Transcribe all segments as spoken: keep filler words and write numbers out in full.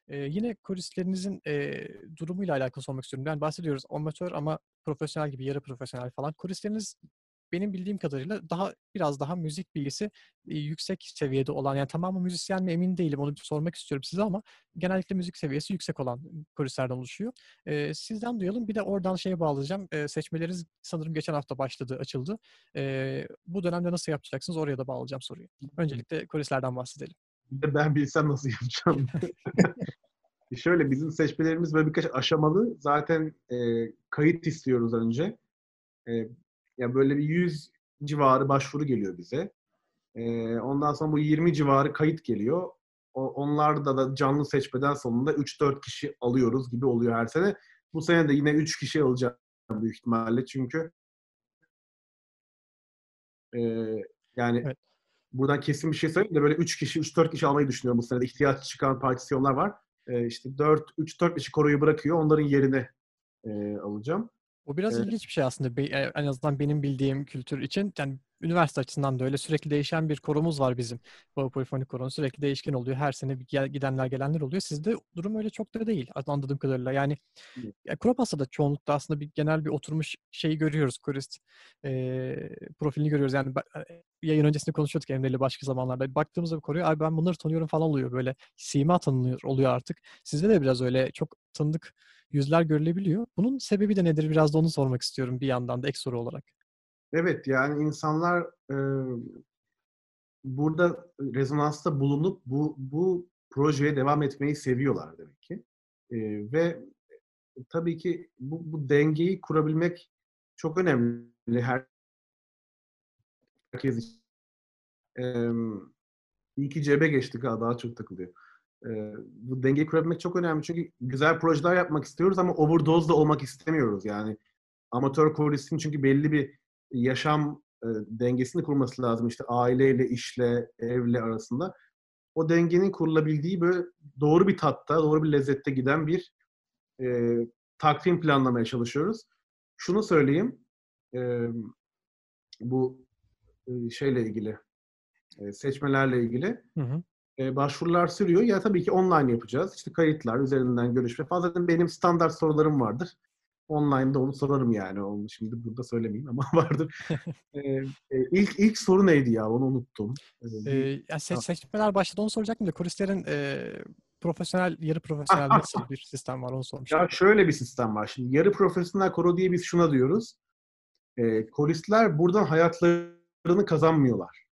Eee, yine koristlerinizin, eee, durumuyla alakalı sormak istiyorum. Yani bahsediyoruz amatör ama profesyonel gibi, yarı profesyonel falan. Koristleriniz benim bildiğim kadarıyla daha biraz daha müzik bilgisi, eee, yüksek seviyede olan, yani tamamı müzisyen mi emin değilim, onu bir sormak istiyorum size ama genellikle müzik seviyesi yüksek olan koristlerden oluşuyor. Eee, sizden duyalım. Bir de oradan şeye bağlayacağım. Eee, seçmeleriniz sanırım geçen hafta başladı, açıldı. Eee, bu dönemde nasıl yapacaksınız? Oraya da bağlayacağım soruyu. Öncelikle koristlerden bahsedelim. Bir de ben bilsem nasıl yapacağım. Şöyle, bizim seçmelerimiz böyle birkaç aşamalı. Zaten eee, kayıt istiyoruz önce. Eee, ya böyle bir yüz civarı başvuru geliyor bize. Eee, ondan sonra bu yirmi civarı kayıt geliyor. O, onlarda da canlı seçmeden sonunda üç dört kişi alıyoruz gibi oluyor her sene. Bu sene de yine üç kişi alacağım büyük ihtimalle. Çünkü eee, yani Evet. buradan kesin bir şey söyleyeyim de böyle üç kişi, üç dört kişi almayı düşünüyorum bu sene de. İhtiyaç çıkan partisyonlar var. Eee, işte dört üç dört kişi koroyu bırakıyor. Onların yerine eee, alacağım. O biraz Eee, ilginç bir şey aslında. Be eee, en azından benim bildiğim kültür için. Yani üniversite açısından da öyle. Sürekli değişen bir koromuz var bizim. Baba Polifonik Koro'nun sürekli değişken oluyor. Her sene bir gel gidenler gelenler oluyor. Sizde durum öyle çok da değil anladığım kadarıyla. Yani ya, Kuropas'ta çoğunlukla aslında bir genel bir oturmuş şeyi görüyoruz, korist eee, profilini görüyoruz. Yani, ba eee, yayın öncesinde konuşuyorduk Emre'yle başka zamanlarda. Baktığımızda bir koroya, "Ay, ben bunları tanıyorum." falan oluyor böyle. Sima tanınıyor oluyor artık. Sizde de biraz öyle çok tanıdık yüzler görülebiliyor. Bunun sebebi de nedir? Biraz da onu sormak istiyorum bir yandan da ek soru olarak. evet, yani insanlar eee, burada rezonansta bulunup bu bu projeye devam etmeyi seviyorlar demek ki. Eee, ve tabii ki bu bu dengeyi kurabilmek çok önemli herkes için. Emm, iyi ki cebe geçtik ha, daha çok takılıyor. Eee, bu dengeyi kurabilmek çok önemli çünkü güzel projeler yapmak istiyoruz ama overdose da olmak istemiyoruz. Yani amatör koristin çünkü belli bir yaşam, eee, dengesini kurması lazım. İşte aileyle, işle, evle arasında. O dengenin kurulabildiği böyle doğru bir tatta, doğru bir lezzette giden bir eee, takvim planlamaya çalışıyoruz. Şunu söyleyeyim, emm, bu, ııı, şeyle ilgili, eee, seçmelerle ilgili, Hı hı. eee, başvurular sürüyor. Ya, tabii ki online yapacağız. İşte kayıtlar, üzerinden görüşme falan. Zaten benim standart sorularım vardır. Online'da onu sorarım yani. Onu şimdi burada söylemeyeyim ama vardır. Eee, eee, ilk ilk soru neydi ya? Onu unuttum. Eee, bir Eee, ya, seç ha seçmeler başladı, onu soracaktım da koristlerin, eee, profesyonel, yarı ah, profesyonel ah, nasıl bir sistem var onu ya sormuştum. şöyle bir sistem var. Şimdi yarı profesyonel koro diye biz şuna diyoruz. Eee, koristler buradan hayatlarını kazanmıyorlar.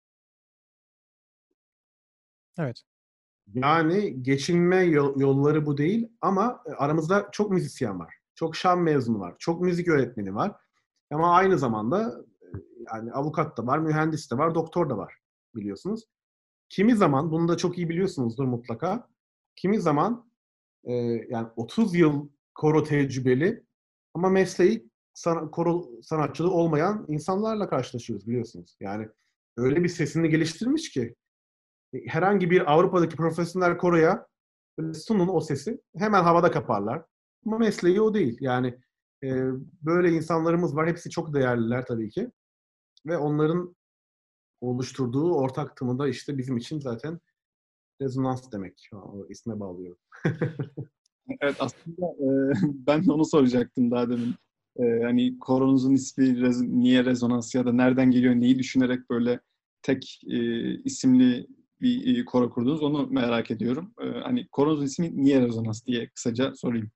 Evet. Yani geçinme yol yolları bu değil ama, eee, aramızda çok müzisyen var. Çok şan mezunu var. Çok müzik öğretmeni var. Ama aynı zamanda, eee, yani avukat da var, mühendis de var, doktor da var biliyorsunuz. Kimi zaman, bunu da çok iyi biliyorsunuzdur mutlaka, kimi zaman, eee, yani otuz yıl koro tecrübeli ama mesleği sana koro sanatçılığı olmayan insanlarla karşılaşıyoruz biliyorsunuz. Yani öyle bir sesini geliştirmiş ki herhangi bir Avrupa'daki profesyonel koroya böyle sunun o sesi, hemen havada kaparlar. Ama mesleği o değil. Yani eee, böyle insanlarımız var. Hepsi çok değerliler tabii ki. Ve onların oluşturduğu ortak tını da işte bizim için zaten rezonans demek. O isme bağlıyorum. Evet, aslında, eee, ben de onu soracaktım daha demin. Eee, hani koronuzun ismi rez niye rezonans ya da nereden geliyor, neyi düşünerek böyle tek, eee, isimli bir, iii, koro kurdunuz, onu merak ediyorum. Eee, hani koronuzun ismi niye rezonans diye kısaca sorayım.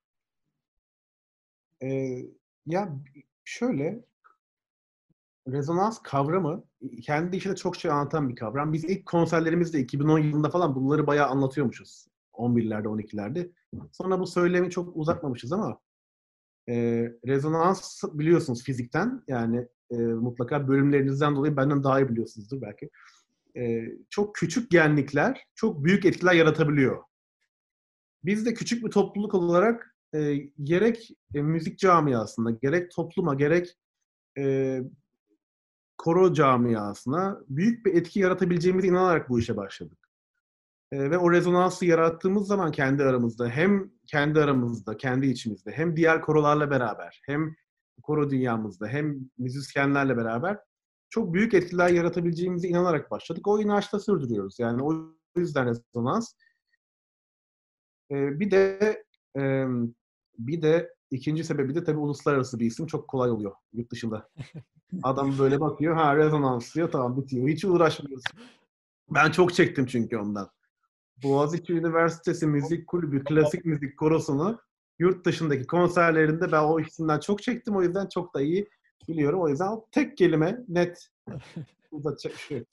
Eee, ya şöyle, rezonans kavramı kendi içinde çok şey anlatan bir kavram. Biz ilk konserlerimizde iki bin on yılında falan bunları bayağı anlatıyormuşuz. on birlerde, on ikilerde. Sonra bu söylemi çok uzatmamışız ama Eee, rezonans biliyorsunuz fizikten, yani, eee, mutlaka bölümlerinizden dolayı benden daha iyi biliyorsunuzdur belki. Eee, çok küçük genlikler çok büyük etkiler yaratabiliyor. Biz de küçük bir topluluk olarak, eee, gerek, eee, müzik camiasında, gerek topluma, gerek, eee, koro camiasına büyük bir etki yaratabileceğimize inanarak bu işe başladık. Eee, ve o rezonansı yarattığımız zaman kendi aramızda, hem kendi aramızda, kendi içimizde, hem diğer korolarla beraber, hem koro dünyamızda, hem müzisyenlerle beraber çok büyük etkiler yaratabileceğimize inanarak başladık. O inançla sürdürüyoruz. Yani o yüzden rezonans. E, bir de e, bir de ikinci sebebi de tabii uluslararası bir isim. Çok kolay oluyor yurt dışında. Adam böyle bakıyor, ha rezonans diyor, tamam bitiyor. Hiç uğraşmıyoruz. Ben çok çektim çünkü ondan. Boğaziçi Üniversitesi Müzik Kulübü Klasik Müzik Korosu'nu yurt dışındaki konserlerinde ben o ikisinden çok çektim. O yüzden çok da iyi biliyorum. O yüzden o tek kelime net uzatacak bir şey yok.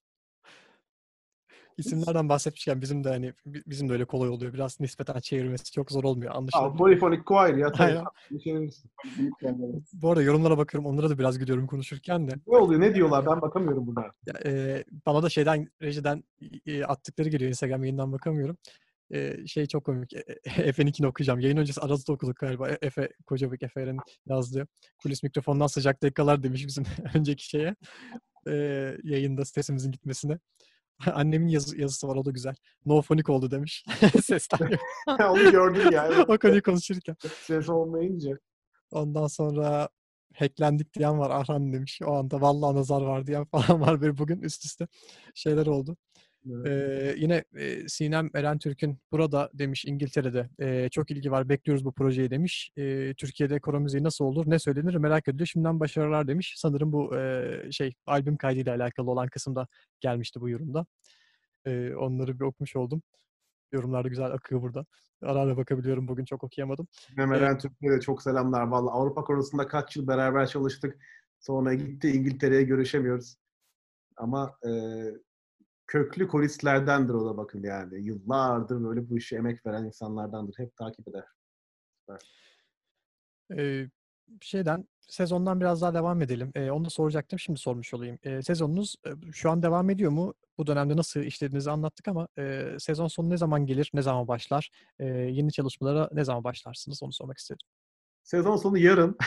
İsimlerden bahsetmişken bizim de hani bi- bizim de öyle kolay oluyor. Biraz nispeten çevirmesi çok zor olmuyor Aa, anlaşılabilir. polifonik choir ya tabii. Aynen. Bir şey verirsin. Bu arada yorumlara bakıyorum. Onlara da biraz gülüyorum konuşurken de. Ne oluyor? Ne diyorlar? Ben bakamıyorum buna. Ya, e, bana da şeyden rejiden e, attıkları geliyor. Instagram yayından bakamıyorum. E, şey çok komik. E, e, Efe'ninkini okuyacağım. Yayın öncesi Araz'da okuduk galiba. E- Efe Kocabek, Efe'nin yazdığı. Kulis mikrofondan sıcak dakikalar demiş bizim önceki şeye. E, yayında sesimizin gitmesine. Annemin yazı, yazısı var, o da güzel. No fonik oldu demiş. Sesten yok. Onu gördüm ya. Evet. O konuyu konuşurken. Ses olmayınca. Ondan sonra hacklendik diyen var, Arhan demiş. O anda vallahi nazar var diyen falan var. Böyle bugün üst üste şeyler oldu. Evet. Ee, yine e, Sinem Eren Türk'ün burada demiş, İngiltere'de e, çok ilgi var, bekliyoruz bu projeyi demiş. E, Türkiye'de koro müziği nasıl olur, ne söylenir merak ediyor. Şimdiden başarılar demiş. Sanırım bu e, şey albüm kaydıyla alakalı olan kısımda gelmişti bu yorumda. E, onları bir okumuş oldum. Yorumlar da güzel akıyor burada. Ara ara bakabiliyorum. Bugün çok okuyamadım. E, Mehmet Türkiye'de çok selamlar. Vallahi Avrupa Konusunda kaç yıl beraber çalıştık. Sonra gitti İngiltere'ye, görüşemiyoruz. Ama e, köklü koristlerdendir o da, bakın yani. Yıllardır böyle bu işe emek veren insanlardandır. Hep takip eder. Süper. e, şeyden sezondan biraz daha devam edelim. E, onu da soracaktım. Şimdi sormuş olayım. E, sezonunuz e, şu an devam ediyor mu? Bu dönemde nasıl işlediğinizi anlattık ama e, sezon sonu ne zaman gelir? Ne zaman başlar? E, yeni çalışmalara ne zaman başlarsınız? Onu sormak istedim. Sezon sonu yarın.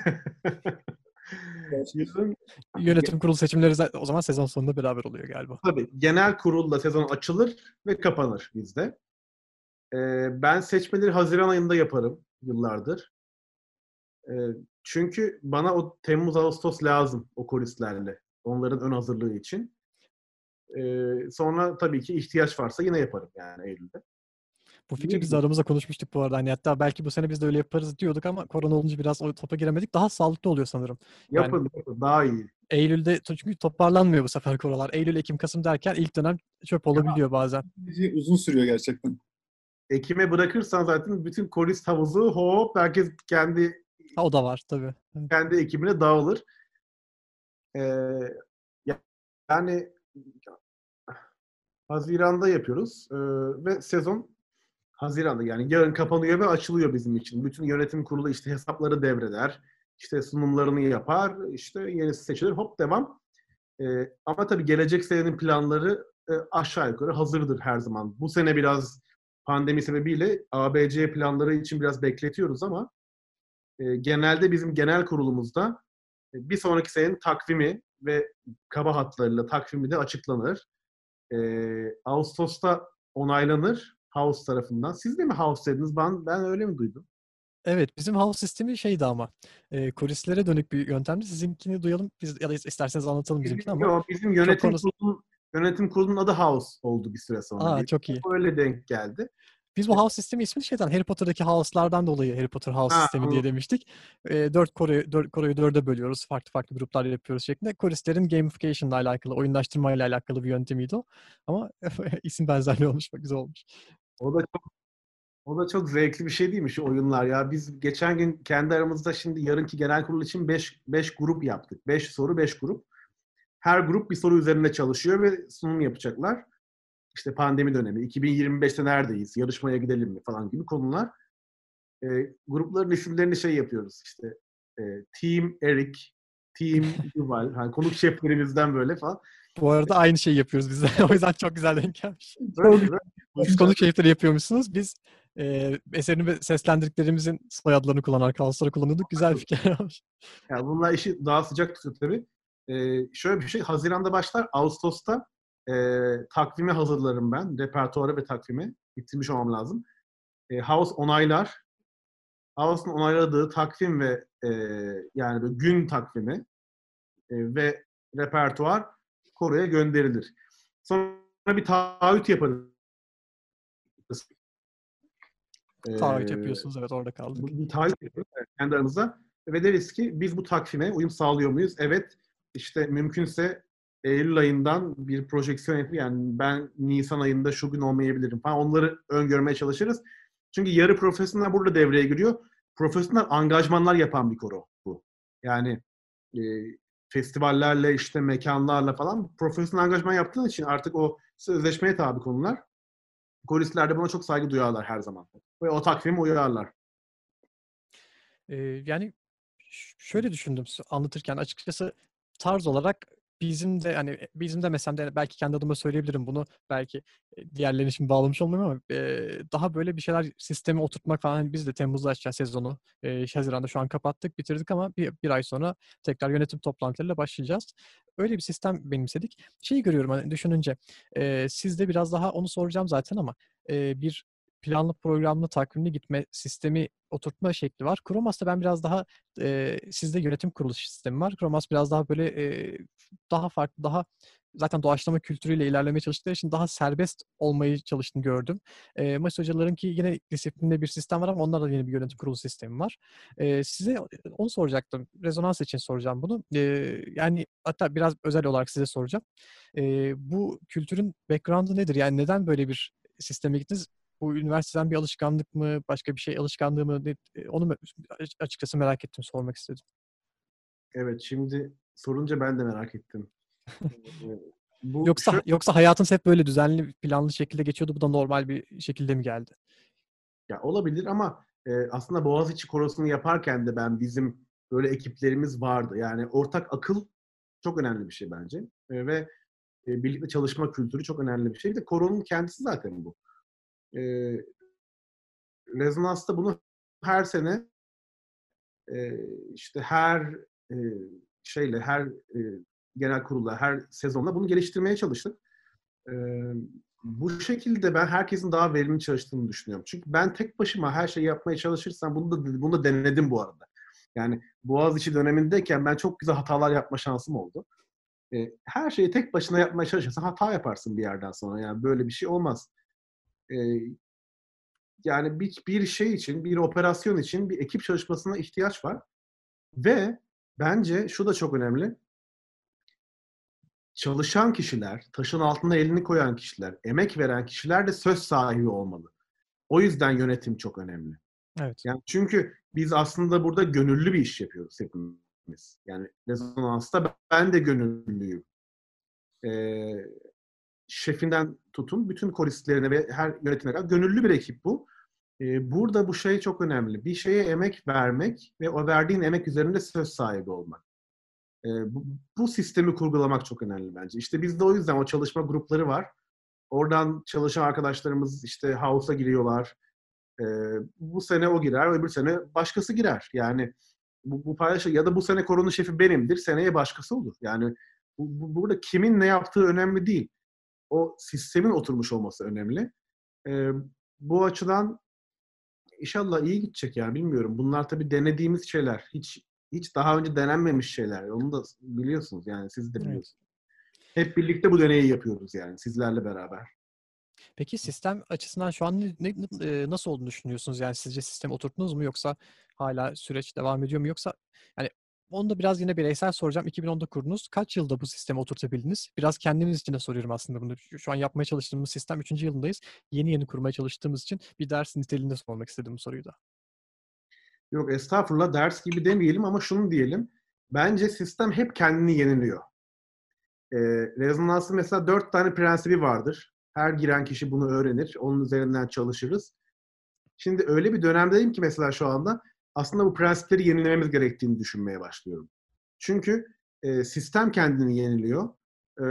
Yarın Yönetim kurulu seçimleri za- o zaman sezon sonunda beraber oluyor galiba. tabii genel kurulla sezon açılır ve kapanır bizde. Ee, ben seçmeleri Haziran ayında yaparım yıllardır. Ee, çünkü bana o Temmuz Ağustos lazım o koristlerle. Onların ön hazırlığı için. Ee, sonra tabii ki ihtiyaç varsa yine yaparım yani Eylül'de. Bu Niye fikri biz de gidiyor? aramızda konuşmuştuk bu arada. Hani hatta belki bu sene biz de öyle yaparız diyorduk ama korona olunca biraz o topa giremedik. Daha sağlıklı oluyor sanırım. Yani Yapın, yapın. Daha iyi. Eylül'de çünkü toparlanmıyor bu sefer korolar. Eylül, Ekim, Kasım derken ilk dönem çöp olabiliyor bazen. Uzun sürüyor gerçekten. Ekim'e bırakırsan zaten bütün korist havuzu hop herkes kendi Ha, o da var tabii. Evet. kendi ekibine dağılır. Ee, yani Haziran'da yapıyoruz ee, ve sezon Haziran'da, yani yarın kapanıyor ve açılıyor bizim için. Bütün yönetim kurulu işte hesapları devreder, işte sunumlarını yapar, işte yenisi seçilir, hop devam. Ee, ama tabii gelecek senenin planları e, aşağı yukarı hazırdır her zaman. Bu sene biraz pandemi sebebiyle A B C planları için biraz bekletiyoruz ama e, genelde bizim genel kurulumuzda e, bir sonraki senenin takvimi ve kaba hatlarıyla takvimi de açıklanır. E, Ağustos'ta onaylanır House tarafından. Siz de mi House dediniz? Ben, ben öyle mi duydum? Evet, bizim house sistemi şeydi ama e, kulislere dönük bir yöntemdi. Sizinkini duyalım. Biz ya da isterseniz anlatalım bizimkini Bizim, ama yo, bizim çok yönetim konusu. kurulunun yönetim kurulunun adı House oldu bir süre sonra. Aa, Bir, çok iyi. öyle denk geldi. Biz bu house sistemi ismini şeyden, Harry Potter'daki house'lardan dolayı Harry Potter House Ha, sistemi diye demiştik. E, dört koroyu, dört koroyu dörde bölüyoruz. Farklı farklı gruplar yapıyoruz şeklinde. Koristlerin gamification'la alakalı, oyunlaştırmayla alakalı bir yöntemiydi o. Ama isim benzerliği olmuş. Bak, güzel olmuş. o da O da çok zevkli bir şey değil mi şu oyunlar ya? Biz geçen gün kendi aramızda şimdi yarınki genel kurul için beş beş grup yaptık. beş soru, beş grup. Her grup bir soru üzerinde çalışıyor ve sunum yapacaklar. İşte pandemi dönemi, iki bin yirmi beşte neredeyiz, yarışmaya gidelim mi falan gibi konular. E, grupların isimlerini şey yapıyoruz işte. E, Team Eric, Team Yuval, hani konuk şeflerimizden böyle falan. Bu arada aynı şeyi yapıyoruz biz de. O yüzden çok güzel denk gelmiş. Böyle, böyle. Siz konuk şerifleri yapıyormuşsunuz. Biz e, eserini ve seslendirdiklerimizin soyadlarını kullanan house'ları kullanıyorduk. Güzel bir fikir olmuş. Yani bunlar işi daha sıcak tutuyor tabii. Ee, şöyle bir şey, Haziran'da başlar. Ağustos'ta e, takvimi hazırlarım ben. Repertuarı ve takvimi. Bitirmiş olmam lazım. E, House onaylar. House'un onayladığı takvim ve e, yani böyle gün takvimi e, ve repertuar koroya gönderilir. Sonra bir taahhüt yaparız. Taahhüt Ee, yapıyorsunuz, evet, orada kaldık. bu bir taahhüt yapıyoruz evet, kendi aramızda ve deriz ki biz bu takvime uyum sağlıyor muyuz? Evet, işte mümkünse Eylül ayından bir projeksiyon yapıp yani ben Nisan ayında şu gün olmayabilirim falan onları öngörmeye çalışırız. Çünkü yarı profesyonel burada devreye giriyor. Profesyonel angajmanlar yapan bir koro bu. Yani e, festivallerle işte mekanlarla falan profesyonel angajman yaptığın için artık o sözleşmeye tabi konular. Koristler de buna çok saygı duyarlar her zaman. Ve o takvime uyarlar. Ee, yani ş- şöyle düşündüm s- anlatırken açıkçası tarz olarak bizim de hani bizim demesem de belki kendi adıma söyleyebilirim bunu. Belki e, diğerlerinin için bağlamış olmuyorum ama e, daha böyle bir şeyler sisteme oturtmak falan. Hani biz de Temmuz'da açacağız sezonu. E, Haziran'da şu an kapattık, bitirdik ama bir, bir ay sonra tekrar yönetim toplantılarıyla başlayacağız. Öyle bir sistem benimsedik. Şeyi görüyorum hani düşününce e, sizde biraz daha onu soracağım zaten ama e, bir planlı programlı takvimli gitme sistemi oturtma şekli var. Chromas'ta ben biraz daha e, sizde yönetim kurulu sistemi var. Chromas biraz daha böyle e, daha farklı, daha zaten doğaçlama kültürüyle ilerlemeye çalıştıkları için daha serbest olmayı çalıştığını gördüm. E, Maç hocalarınki yine disiplinli bir sistem var ama onlarda da yeni bir yönetim kurulu sistemi var. E, size onu soracaktım. Rezonans için soracağım bunu. E, yani hatta biraz özel olarak size soracağım. E, bu kültürün background'ı nedir? Yani neden böyle bir sisteme gittiniz? Bu üniversiteden bir alışkanlık mı, başka bir şey alışkanlığı mı? Ne- e, Onu me- açıkçası merak ettim, sormak istedim. Evet, şimdi sorunca ben de merak ettim. Ee, Bu Yoksa şöyle yoksa hayatınız hep böyle düzenli, planlı şekilde geçiyordu. Bu da normal bir şekilde mi geldi? ya olabilir ama e, aslında Boğaziçi Korosu'nu yaparken de ben bizim böyle ekiplerimiz vardı. Yani ortak akıl çok önemli bir şey bence. E, ve e, birlikte çalışma kültürü çok önemli bir şey. Bir de koronun kendisi zaten bu. E, Rezonans'ta bunu her sene e, işte her e, şeyle, her e, genel kurulla, her sezonla bunu geliştirmeye çalıştık. E, Bu şekilde ben herkesin daha verimli çalıştığını düşünüyorum. Çünkü ben tek başıma her şeyi yapmaya çalışırsam bunu da bunu da denedim bu arada. Yani Boğaziçi dönemindeyken ben çok güzel hatalar yapma şansım oldu. E, her şeyi tek başına yapmaya çalışırsan hata yaparsın bir yerden sonra. Yani böyle bir şey olmaz. E, Yani bir, bir şey için, bir operasyon için bir ekip çalışmasına ihtiyaç var. Ve bence şu da çok önemli. Çalışan kişiler, taşın altına elini koyan kişiler, emek veren kişiler de söz sahibi olmalı. O yüzden yönetim çok önemli. Evet. Yani çünkü biz aslında burada gönüllü bir iş yapıyoruz hepimiz. Yani Rezonans'ta ben de gönüllüyüm. Ee, Şefinden tutun bütün koristlerine ve her yönetime kadar gönüllü bir ekip bu. Ee, burada bu şey çok önemli. Bir şeye emek vermek ve o verdiğin emek üzerinde söz sahibi olmak. Ee, bu, bu sistemi kurgulamak çok önemli bence. İşte bizde o yüzden o çalışma grupları var. Oradan çalışan arkadaşlarımız işte House'a giriyorlar. Ee, Bu sene o girer, öbür sene başkası girer. Yani bu, bu paylaşı ya da bu sene koronun şefi benimdir, seneye başkası olur. Yani bu, bu- burada kimin ne yaptığı önemli değil. O sistemin oturmuş olması önemli. Ee, Bu açıdan İnşallah iyi gidecek ya bilmiyorum. Bunlar tabii denediğimiz şeyler. Hiç hiç daha önce denenmemiş şeyler. Onu da biliyorsunuz yani siz de Evet. biliyorsunuz. Hep birlikte bu deneyi yapıyoruz yani sizlerle beraber. Peki sistem açısından şu an ne, ne- e, nasıl olduğunu düşünüyorsunuz? Yani sizce sistem oturttunuz mu yoksa hala süreç devam ediyor mu? Yoksa yani onu da biraz yine bireysel soracağım. iki bin onda kurdunuz. Kaç yılda bu sistemi oturtabildiniz? Biraz kendimiz için de soruyorum aslında bunu. Şu şu an yapmaya çalıştığımız sistem üçüncü yılındayız. Yeni yeni kurmaya çalıştığımız için bir ders niteliğinde sormak istedim bu soruyu da. Yok estağfurullah ders gibi demeyelim ama şunu diyelim. Bence sistem hep kendini yeniliyor. Ee, Rezonans'ın mesela dört tane prensibi vardır. Her giren kişi bunu öğrenir. Onun üzerinden çalışırız. Şimdi öyle bir dönemdeyim ki mesela şu anda aslında bu prensipleri yenilememiz gerektiğini düşünmeye başlıyorum. Çünkü e, sistem kendini yeniliyor. E,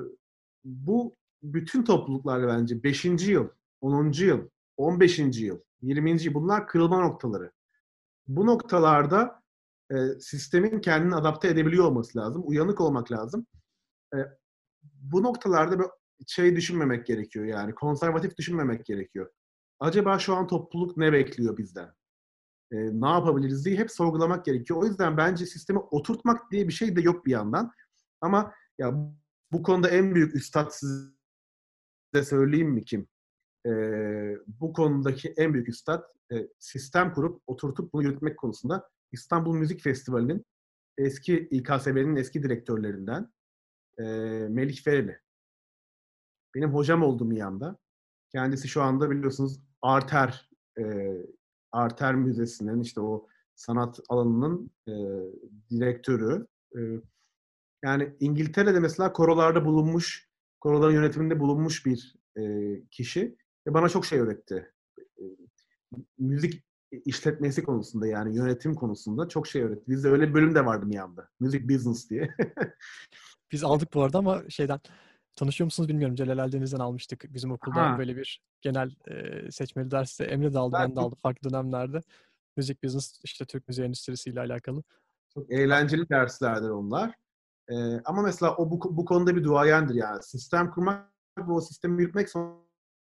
Bu bütün topluluklarda bence beşinci yıl, onuncu yıl, on beşinci yıl, yirminci yıl bunlar kırılma noktaları. Bu noktalarda e, sistemin kendini adapte edebiliyor olması lazım. Uyanık olmak lazım. E, Bu noktalarda böyle şey düşünmemek gerekiyor yani konservatif düşünmemek gerekiyor. Acaba şu an topluluk ne bekliyor bizden? E, ne yapabiliriz diye hep sorgulamak gerekiyor. O yüzden bence sistemi oturtmak diye bir şey de yok bir yandan. Ama ya bu konuda en büyük üstad size söyleyeyim mi kim? e, bu konudaki en büyük üstad, e, sistem kurup oturtup bunu yürütmek konusunda İstanbul Müzik Festivali'nin eski İ K S V'nin eski direktörlerinden e, Melih Fereli. Benim hocam oldu Miyan'da. Kendisi şu anda biliyorsunuz Arter e, Arter Müzesi'nin işte o sanat alanının e, direktörü. E, yani İngiltere'de mesela korolarda bulunmuş, koroların yönetiminde bulunmuş bir e, kişi ve bana çok şey öğretti. E, müzik işletmesi konusunda, yani yönetim konusunda çok şey öğretti. Bizde öyle bir bölüm de vardı Miyan'da. Music Business diye. Biz aldık bu arada ama şeyden tanışıyor musunuz bilmiyorum. Celal Aldeniz'den almıştık. Bizim okulda Ha. böyle bir genel e, seçmeli derste Emre de aldı, ben de aldım farklı dönemlerde. Music Business, işte Türk müziği endüstrisiyle alakalı. Çok eğlenceli derslerdir onlar. Ee, ama mesela o bu, bu konuda bir duayendir yani. Sistem kurmak ve o sistemi yürütmek sonra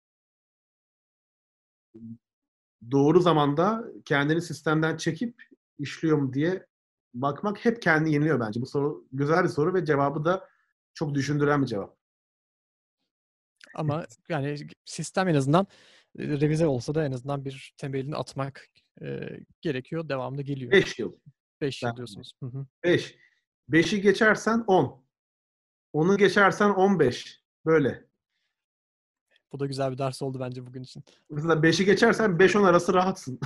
doğru zamanda kendini sistemden çekip işliyor mu diye bakmak hep kendini yeniliyor bence. Bu soru güzel bir soru ve cevabı da çok düşündüren bir cevap. Ama yani sistem en azından e, revize olsa da en azından bir temelini atmak e, gerekiyor. Devamlı geliyor. beş yıl. beş yıl Ben- diyorsunuz. Hı hı. beş. beşi geçersen on. onu geçersen on beş. Böyle. Bu da güzel bir ders oldu bence bugün için. Mesela beşi geçersen beş on arası rahatsın.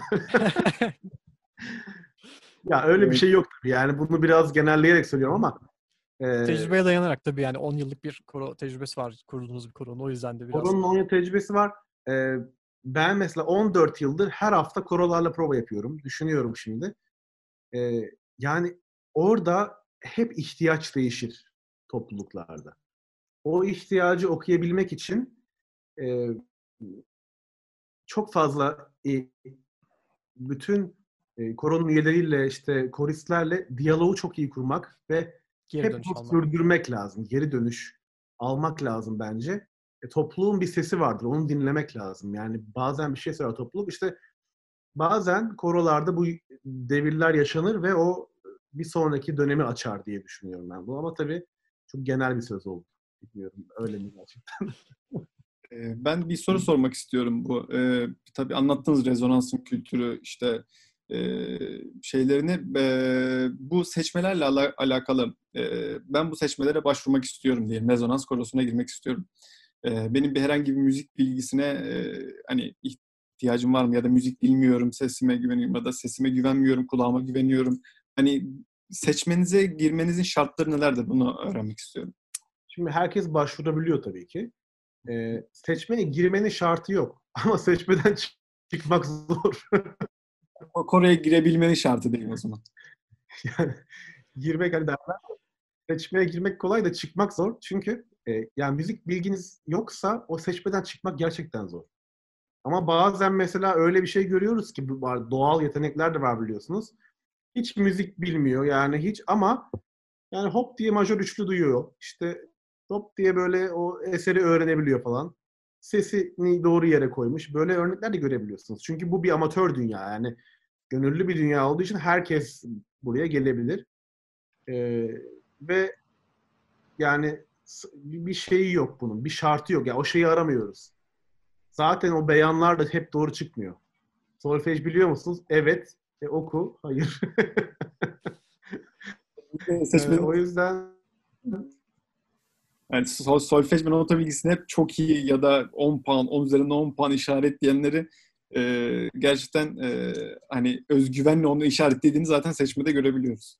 Ya öyle bir Evet. şey yok tabii. Yani bunu biraz genelleyerek söylüyorum ama e, Tecrübeye dayanarak tabii, yani on yıllık bir koro tecrübesi var kurduğunuz bir koronun. O yüzden de biraz. Koronun on yıl tecrübesi var. Ee, ben mesela on dört yıldır her hafta korolarla prova yapıyorum. Düşünüyorum şimdi. Ee, yani orada hep ihtiyaç değişir topluluklarda. O ihtiyacı okuyabilmek için e, çok fazla e, bütün e, koronun üyeleriyle, işte koristlerle diyaloğu çok iyi kurmak ve Geri hep dönüş bunu almak. sürdürmek lazım. Geri dönüş almak lazım bence. E, topluluğun bir sesi vardır. Onu dinlemek lazım. Yani bazen bir şey söyler topluluk. İşte bazen korolarda bu devirler yaşanır ve o bir sonraki dönemi açar diye düşünüyorum ben bu. Ama tabii çok genel bir söz oldu. Bilmiyorum. Öyle mi gerçekten? Ee, Ben bir soru sormak istiyorum bu. Ee, tabii anlattığınız rezonansın kültürü işte e, şeylerini e, bu seçmelerle ala- alakalı e, ben bu seçmelere başvurmak istiyorum diye rezonans korosuna girmek istiyorum. E, benim bir herhangi bir müzik bilgisine e, hani ihtiyacım var mı ya da müzik bilmiyorum, sesime güveniyorum ya da sesime güvenmiyorum, kulağıma güveniyorum. Hani seçmenize girmenizin şartları nelerdir? Bunu öğrenmek istiyorum. Şimdi herkes başvurabiliyor tabii ki. Ee, seçmeye girmenin şartı yok. Ama seçmeden çık- çıkmak zor. O Kore'ye girebilmenin şartı değil o zaman. Yani girmek hani derler. Seçmeye girmek kolay da çıkmak zor. Çünkü e, yani müzik bilginiz yoksa o seçmeden çıkmak gerçekten zor. Ama bazen mesela öyle bir şey görüyoruz ki bu var, doğal yetenekler de var biliyorsunuz. Hiç müzik bilmiyor yani hiç, ama yani hop diye majör üçlü duyuyor. İşte hop diye böyle o eseri öğrenebiliyor falan. Sesini doğru yere koymuş. Böyle örnekler de görebiliyorsunuz. Çünkü bu bir amatör dünya, yani gönüllü bir dünya olduğu için herkes buraya gelebilir. Ee, ve yani bir şeyi yok bunun. Bir şartı yok. Yani o şeyi aramıyoruz. Zaten o beyanlar da hep doğru çıkmıyor. Solfej biliyor musunuz? Evet. E, oku. Hayır. Yani Seçmenin o yüzden yani sol, solfej ve nota bilgisini hep çok iyi ya da on puan, on üzerinden on puan işaretleyenleri e, gerçekten e, hani özgüvenle onu işaretlediğini zaten seçmede görebiliyoruz.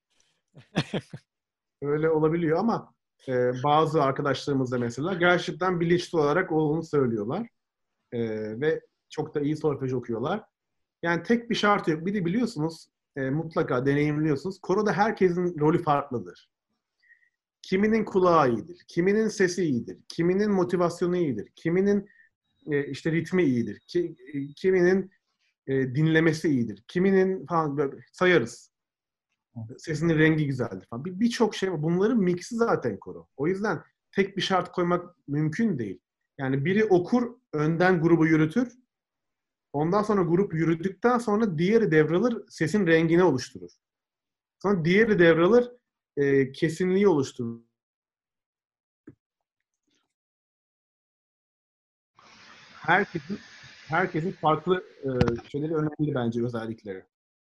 öyle olabiliyor ama e, bazı arkadaşlarımız da mesela gerçekten bilinçli olarak onu söylüyorlar. E, ve çok da iyi solfej okuyorlar. Yani tek bir şartı yok. Bir de biliyorsunuz, e, mutlaka deneyimliyorsunuz. Koroda herkesin rolü farklıdır. Kiminin kulağı iyidir, kiminin sesi iyidir, kiminin motivasyonu iyidir, kiminin e, işte ritmi iyidir, ki, e, kiminin e, dinlemesi iyidir, kiminin falan böyle sayarız. Sesinin rengi güzeldir falan. Bir- Birçok şey var. Bunların mixi zaten koro. O yüzden tek bir şart koymak mümkün değil. Yani biri okur, önden grubu yürütür. Ondan sonra grup yürüdükten sonra diğeri devralır, sesin rengini oluşturur. Sonra diğeri devralır, e, kesinliği oluşturur. herkesin herkesin farklı e, şeyleri önemli bence, özellikleri.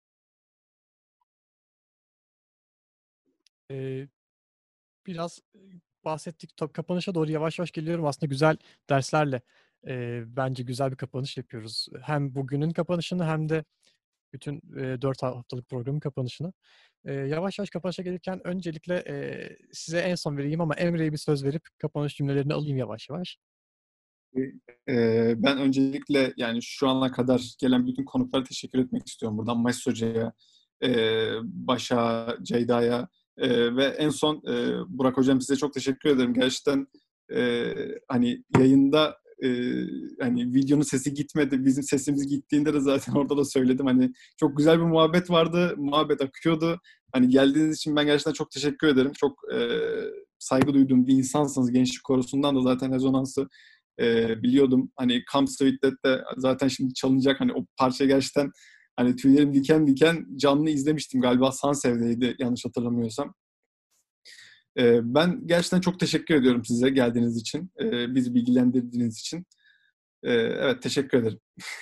Ee, biraz bahsettik. Top kapanışa doğru yavaş yavaş geliyorum. Aslında güzel derslerle e, bence güzel bir kapanış yapıyoruz. Hem bugünün kapanışını hem de bütün e, dört haftalık programın kapanışını. E, yavaş yavaş kapanışa gelirken öncelikle e, size en son vereyim ama Emre'ye bir söz verip kapanış cümlelerini alayım yavaş yavaş. Ee, ben öncelikle yani şu ana kadar gelen bütün konuklara teşekkür etmek istiyorum. Buradan Mayıs Hoca'ya, e, Başak'a, Ceyda'ya e, ve en son e, Burak Hocam, size çok teşekkür ederim. Gerçekten e, hani yayında e, hani videonun sesi gitmedi. Bizim sesimiz gittiğinde de zaten orada da söyledim. Hani çok güzel bir muhabbet vardı. Muhabbet akıyordu. Hani geldiğiniz için ben gerçekten çok teşekkür ederim. Çok e, saygı duyduğum bir insansınız. Gençlik Korosu'ndan da zaten rezonansı e, biliyordum. Hani Come Sweet Dead'de zaten şimdi çalınacak, hani o parça gerçekten hani tüylerim diken diken, canlı izlemiştim galiba, Sansev'deydi yanlış hatırlamıyorsam. E, ben gerçekten çok teşekkür ediyorum size geldiğiniz için, e, bizi bilgilendirdiğiniz için. E, evet, teşekkür ederim.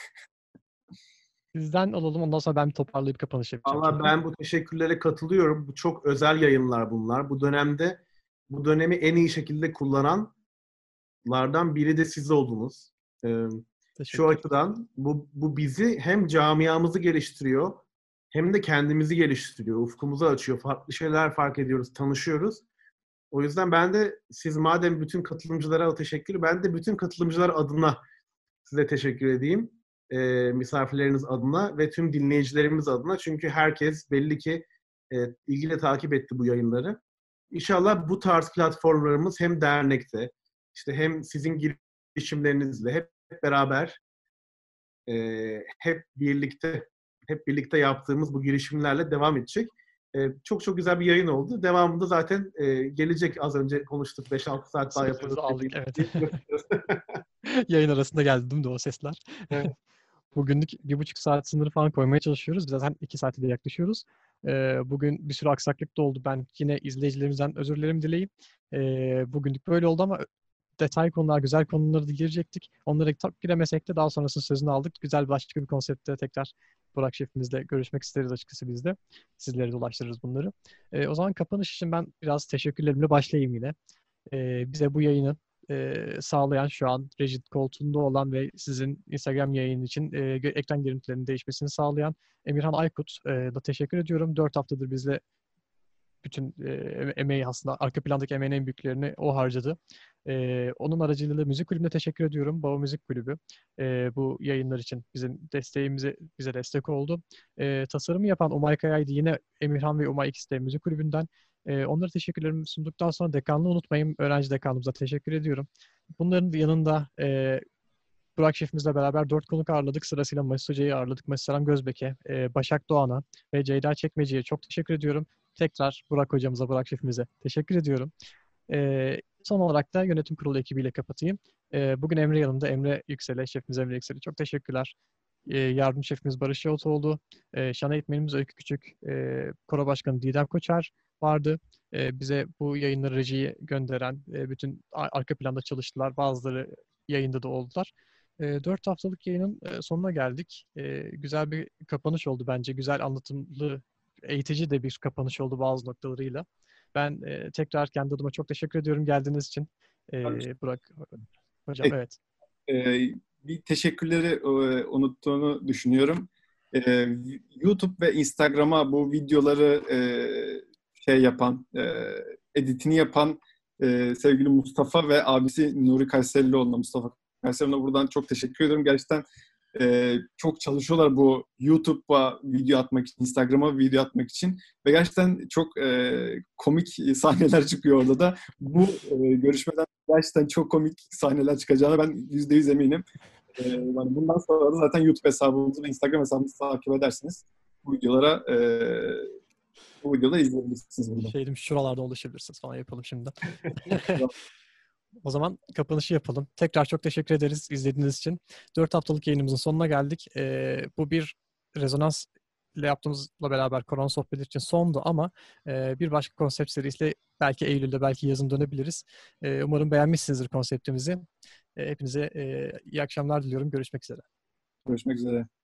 Sizden alalım. Ondan sonra ben bir toparlayıp kapanış yapacağım. Valla ben bu teşekkürlere katılıyorum. Bu çok özel yayınlar bunlar. Bu dönemde bu dönemi en iyi şekilde kullananlardan biri de siz oldunuz. Ee, şu açıdan bu, bu bizi hem camiamızı geliştiriyor hem de kendimizi geliştiriyor. Ufkumuzu açıyor. Farklı şeyler fark ediyoruz, tanışıyoruz. O yüzden ben de siz madem bütün katılımcılara teşekkür, ben de bütün katılımcılar adına size teşekkür edeyim. E, misafirleriniz adına ve tüm dinleyicilerimiz adına. Çünkü herkes belli ki e, ilgiyle takip etti bu yayınları. İnşallah bu tarz platformlarımız hem dernekte, işte hem sizin girişimlerinizle hep beraber, e, hep birlikte, hep birlikte yaptığımız bu girişimlerle devam edecek. E, çok çok güzel bir yayın oldu. Devamında zaten e, gelecek. Az önce konuştuk. beş altı saat daha yaparız. Aldık, evet. Yayın arasında geldi değil mi de o sesler? Evet. Bugünlük bir buçuk saat sınırı falan koymaya çalışıyoruz. Zaten iki saate de yaklaşıyoruz. Ee, bugün bir sürü aksaklık da oldu. Ben yine izleyicilerimizden özür dilerim dileyim. Ee, bugünlük böyle oldu ama detay konular, güzel konuları da girecektik. Onlara tak giremesek de daha sonrasında sözünü aldık. Güzel başka bir konseptte tekrar Burak şefimizle görüşmek isteriz açıkçası biz de. Sizlere de ulaştırırız bunları. Ee, o zaman kapanış için ben biraz teşekkürlerimle başlayayım yine. Ee, bize bu yayını e, sağlayan, şu an reji koltuğunda olan ve sizin Instagram yayını için e, ekran görüntülerinin değişmesini sağlayan Emirhan Aykut e, da teşekkür ediyorum. Dört haftadır bizle bütün e, emeği, aslında arka plandaki emeğin en büyüklerini o harcadı. E, onun aracılığıyla müzik kulübüne teşekkür ediyorum. Baba Müzik Kulübü e, bu yayınlar için bizim desteğimize bize destek oldu. E, tasarımı yapan Umay Kaya'ydı. Yine Emirhan ve Umay ikisi de müzik kulübünden. E, onlara teşekkürlerimi sunduktan sonra dekanlığı unutmayın. Öğrenci dekanlığımıza teşekkür ediyorum. Bunların yanında e, Burak şefimizle beraber dört konuk ağırladık. Sırasıyla Mayıs Hoca'yı ağırladık. Mayıs Selam Gözbek'e, e, Başak Doğan'a ve Ceyda Çekmeci'ye çok teşekkür ediyorum. Tekrar Burak hocamıza, Burak şefimize teşekkür ediyorum. E, son olarak da yönetim kurulu ekibiyle kapatayım. E, bugün Emre yanımda. Emre Yüksel'e, şefimiz Emre Yüksel'e çok teşekkürler. E, yardım şefimiz Barış Yaltoğlu, e, şan eğitmenimiz Öykü Küçük, e, koro başkanı Didem Koçer vardı. E, bize bu yayınları, rejiyi gönderen, e, bütün arka planda çalıştılar. Bazıları yayında da oldular. E, dört haftalık yayının e, sonuna geldik. E, güzel bir kapanış oldu bence. Güzel anlatımlı, eğitici de bir kapanış oldu bazı noktalarıyla. Ben e, tekrar kendi adıma çok teşekkür ediyorum geldiğiniz için. E, Burak hocam, evet. E, bir teşekkürleri e, unuttuğunu düşünüyorum. E, YouTube ve Instagram'a bu videoları e, şey yapan, e, editini yapan e, sevgili Mustafa ve abisi Nuri Kayserlioğlu'na, Mustafa Kayserlioğlu'na buradan çok teşekkür ediyorum. Gerçekten e, çok çalışıyorlar bu YouTube'a video atmak için, Instagram'a video atmak için ve gerçekten çok e, komik sahneler çıkıyor orada da. Bu e, görüşmeden gerçekten çok komik sahneler çıkacağına ben yüzde yüz eminim. E, yani bundan sonra da zaten YouTube hesabımızı ve Instagram hesabımızı takip edersiniz. Bu videolara e, bu videoda izleyebilirsiniz burada. Şeydim, şuralarda ulaşabilirsiniz falan yapalım şimdi. O zaman kapanışı yapalım. Tekrar çok teşekkür ederiz izlediğiniz için. Dört haftalık yayınımızın sonuna geldik. Ee, bu bir rezonans ile yaptığımızla beraber korona sohbetleri için sondu ama e, bir başka konsept serisiyle belki Eylül'de, belki yazın dönebiliriz. E, umarım beğenmişsinizdir konseptimizi. E, hepinize e, iyi akşamlar diliyorum. Görüşmek üzere. Görüşmek üzere.